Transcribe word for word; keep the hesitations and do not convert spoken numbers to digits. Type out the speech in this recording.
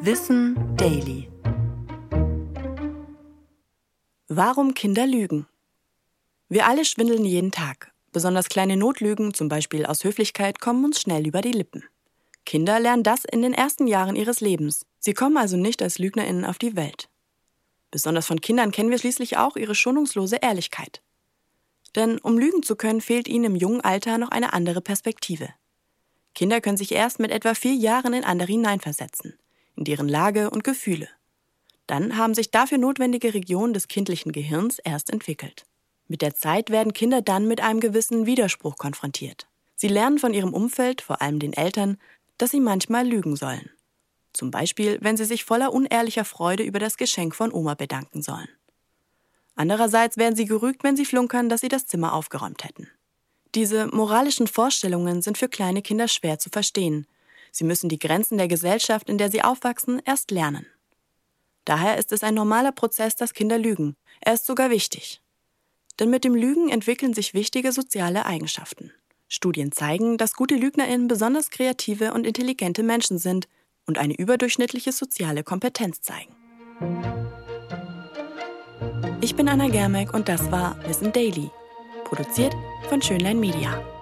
Wissen Daily. Warum Kinder lügen? Wir alle schwindeln jeden Tag. Besonders kleine Notlügen, zum Beispiel aus Höflichkeit, kommen uns schnell über die Lippen. Kinder lernen das in den ersten Jahren ihres Lebens. Sie kommen also nicht als LügnerInnen auf die Welt. Besonders von Kindern kennen wir schließlich auch ihre schonungslose Ehrlichkeit. Denn um lügen zu können, fehlt ihnen im jungen Alter noch eine andere Perspektive. Kinder können sich erst mit etwa vier Jahren in andere hineinversetzen, in deren Lage und Gefühle. Dann haben sich dafür notwendige Regionen des kindlichen Gehirns erst entwickelt. Mit der Zeit werden Kinder dann mit einem gewissen Widerspruch konfrontiert. Sie lernen von ihrem Umfeld, vor allem den Eltern, dass sie manchmal lügen sollen. Zum Beispiel, wenn sie sich voller unehrlicher Freude über das Geschenk von Oma bedanken sollen. Andererseits werden sie gerügt, wenn sie flunkern, dass sie das Zimmer aufgeräumt hätten. Diese moralischen Vorstellungen sind für kleine Kinder schwer zu verstehen. Sie müssen die Grenzen der Gesellschaft, in der sie aufwachsen, erst lernen. Daher ist es ein normaler Prozess, dass Kinder lügen. Er ist sogar wichtig. Denn mit dem Lügen entwickeln sich wichtige soziale Eigenschaften. Studien zeigen, dass gute LügnerInnen besonders kreative und intelligente Menschen sind und eine überdurchschnittliche soziale Kompetenz zeigen. Ich bin Anna Germeck und das war Wissen Daily, produziert von Schönlein Media.